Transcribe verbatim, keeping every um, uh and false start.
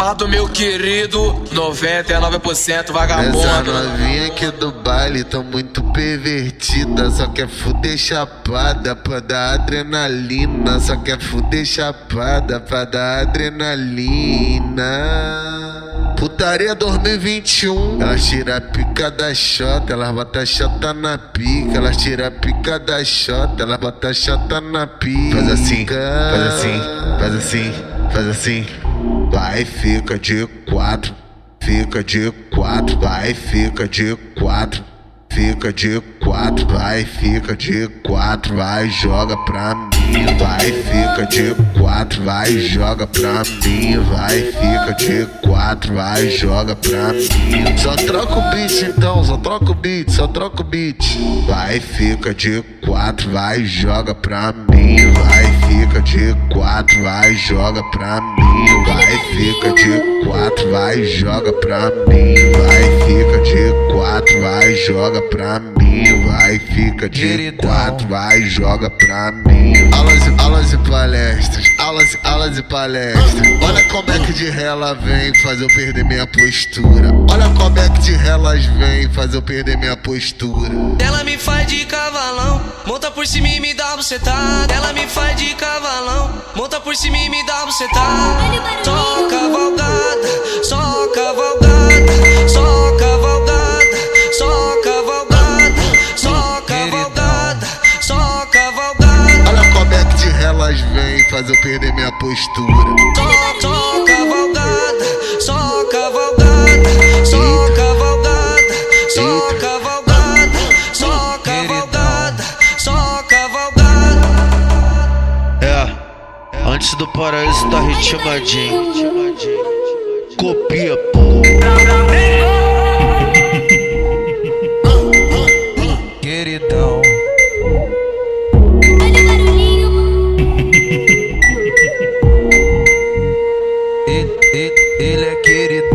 A do meu querido, noventa e nove por cento Essa vagabundo. novinha aqui do baile tão muito pervertida. Só quer fuder chapada pra dar adrenalina. Só quer fuder chapada pra dar adrenalina. Putaria dois mil e vinte e um. Elas tiram a pica da chota, elas botam a chota na pica. Elas tiram a pica da chota, elas botam a chota na pica. Faz assim, faz assim, faz assim, faz assim. Vai, fica de quatro, fica de quatro, vai, fica de quatro, fica de quatro, vai, fica de quatro, vai, joga pra mim. Vai, fica de quatro, vai, joga pra mim. Vai, fica de quatro, vai, joga pra mim. Só troca o beat então, só troca o beat, só troca o beat. Vai, fica de quatro, vai, joga pra mim. Vai, fica de quatro, vai, joga pra mim. Vai, fica de quatro, vai, joga pra mim. Vai, fica de quatro, vai, joga pra mim. Vai, fica de quatro, vai, joga pra mim. Aulas, aulas e palestras, aulas, aulas e palestras. Olha como é que de ré ela vem fazer eu perder minha postura. Olha como é que de ré elas vem fazer eu perder minha postura. Ela me faz de cavalão, monta por cima e me dá bucetada. Ela me faz de cavalão, monta por cima e me dá bucetada. Só cavalgada, só cavalgada, só cavalgada, só cavalgada, só cavalgada, só cavalgada. Olha como é que de ré elas vem fazer eu perder minha postura. Só, só cavalgada, só cavalgada, só cavalgada, só cavalgada, só cavalgada, só cavalgada. É, antes do paraíso tá ritmadinho. Copia, pô. Queridão. Olha o barulhinho. Ele, ele, ele é queridão.